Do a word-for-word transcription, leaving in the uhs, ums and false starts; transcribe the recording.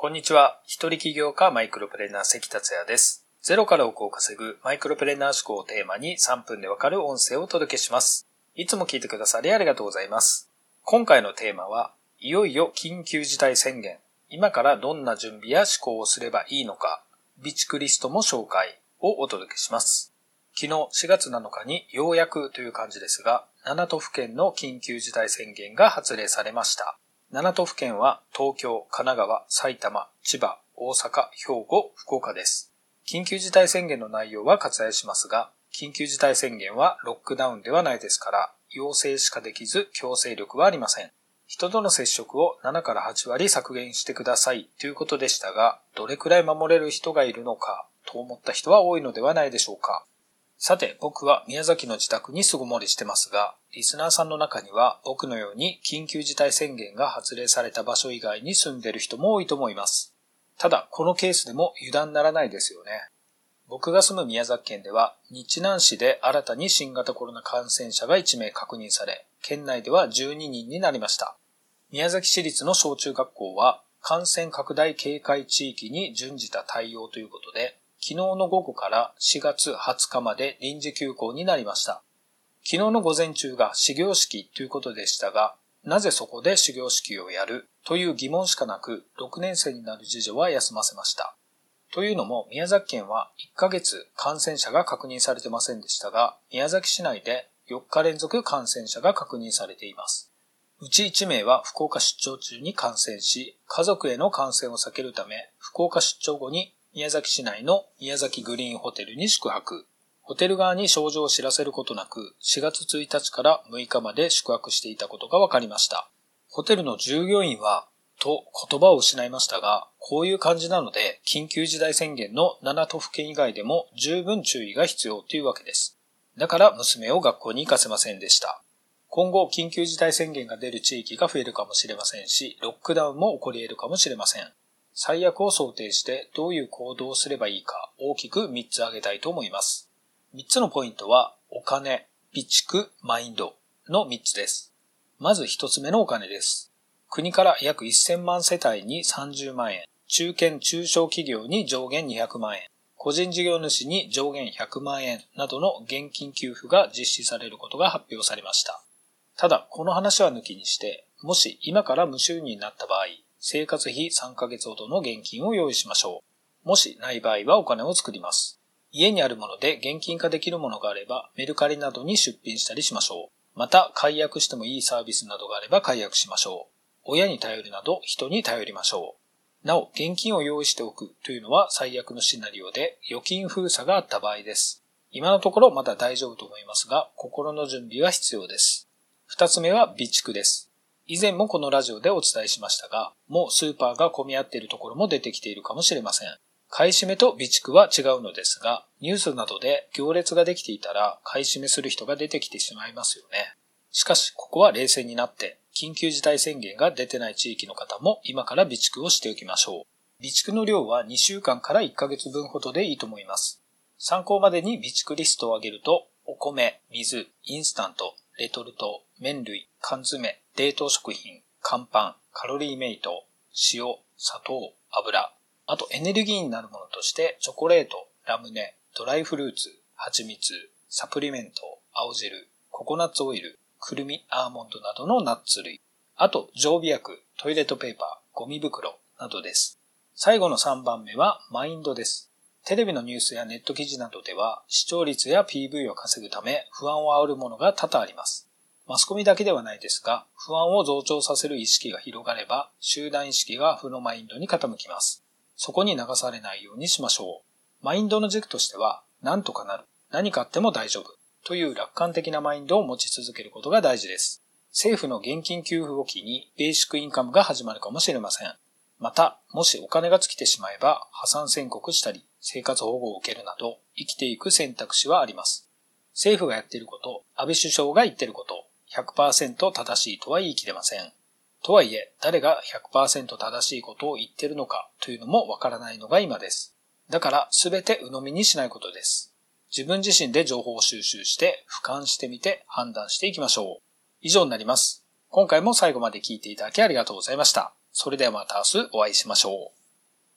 こんにちは。一人起業家マイクロプレーナー関達也です。ゼロから億を稼ぐマイクロプレーナー思考をテーマにさんぷんでわかる音声をお届けします。いつも聞いてくださりありがとうございます。今回のテーマは、いよいよ緊急事態宣言。今からどんな準備や思考をすればいいのか、備蓄リストも紹介をお届けします。昨日しがつなのかにようやくという感じですが、ななとふけんの緊急事態宣言が発令されました。ななとふけんは東京、神奈川、埼玉、千葉、大阪、兵庫、福岡です。緊急事態宣言の内容は割愛しますが、緊急事態宣言はロックダウンではないですから、要請しかできず強制力はありません。人との接触をななからはちわり削減してくださいということでしたが、どれくらい守れる人がいるのかと思った人は多いのではないでしょうか。さて、僕は宮崎の自宅に巣ごもりしてますが、リスナーさんの中には僕のように緊急事態宣言が発令された場所以外に住んでいる人も多いと思います。ただ、このケースでも油断ならないですよね。僕が住む宮崎県では、日南市で新たに新型コロナ感染者がいちめい確認され、県内ではじゅうににんになりました。宮崎市立の小中学校は、感染拡大警戒地域に準じた対応ということで、昨日の午後からしがつはつかまで臨時休校になりました。昨日の午前中が始業式ということでしたが、なぜそこで始業式をやるという疑問しかなく、ろくねんせいになる次女は休ませました。というのも、宮崎県はいっかげつ感染者が確認されてませんでしたが、宮崎市内でよっかれんぞく感染者が確認されています。うちいちめいは福岡出張中に感染し、家族への感染を避けるため、福岡出張後に宮崎市内の宮崎グリーンホテルに宿泊。ホテル側に症状を知らせることなく、しがつついたちからむいかまで宿泊していたことが分かりました。ホテルの従業員は、と言葉を失いましたが、こういう感じなので、緊急事態宣言のななとふけん以外でも十分注意が必要というわけです。だから娘を学校に行かせませんでした。今後、緊急事態宣言が出る地域が増えるかもしれませんし、ロックダウンも起こり得るかもしれません。最悪を想定してどういう行動をすればいいか大きくみっつ挙げたいと思います。みっつのポイントはお金、備蓄、マインドのみっつです。まずひとつめのお金です。国から約せんまんせたいにさんじゅうまんえん、中堅中小企業に上限にひゃくまんえん、個人事業主に上限ひゃくまんえんなどの現金給付が実施されることが発表されました。ただ、この話は抜きにして、もし今から無収入になった場合、生活費さんかげつほどの現金を用意しましょう。もしない場合はお金を作ります。家にあるもので現金化できるものがあればメルカリなどに出品したりしましょう。また解約してもいいサービスなどがあれば解約しましょう。親に頼るなど人に頼りましょう。なお、現金を用意しておくというのは最悪のシナリオで預金封鎖があった場合です。今のところまだ大丈夫と思いますが、心の準備は必要です。二つ目は備蓄です。以前もこのラジオでお伝えしましたが、もうスーパーが混み合っているところも出てきているかもしれません。買い占めと備蓄は違うのですが、ニュースなどで行列ができていたら買い占めする人が出てきてしまいますよね。しかし、ここは冷静になって、緊急事態宣言が出てない地域の方も今から備蓄をしておきましょう。備蓄の量はにしゅうかんからいっかげつぶんほどでいいと思います。参考までに備蓄リストを挙げると、お米、水、インスタント、レトルト、麺類、缶詰、冷凍食品、乾パン、カロリーメイト、塩、砂糖、油、あとエネルギーになるものとしてチョコレート、ラムネ、ドライフルーツ、蜂蜜、サプリメント、青汁、ココナッツオイル、くるみ、アーモンドなどのナッツ類、あと常備薬、トイレットペーパー、ゴミ袋などです。最後のさんばんめはマインドです。テレビのニュースやネット記事などでは視聴率や ピーブイ を稼ぐため不安を煽るものが多々あります。マスコミだけではないですが、不安を増長させる意識が広がれば、集団意識が負のマインドに傾きます。そこに流されないようにしましょう。マインドの軸としては、なんとかなる、何かあっても大丈夫という楽観的なマインドを持ち続けることが大事です。政府の現金給付を機にベーシックインカムが始まるかもしれません。また、もしお金が尽きてしまえば破産宣告したり、生活保護を受けるなど生きていく選択肢はあります。政府がやっていること、安倍首相が言っていること、ひゃくパーセント 正しいとは言い切れません。とはいえ、誰が ひゃくパーセント 正しいことを言っているのかというのもわからないのが今です。だからすべて鵜呑みにしないことです。自分自身で情報を収集して俯瞰してみて判断していきましょう。以上になります。今回も最後まで聞いていただきありがとうございました。それではまた明日お会いしましょう。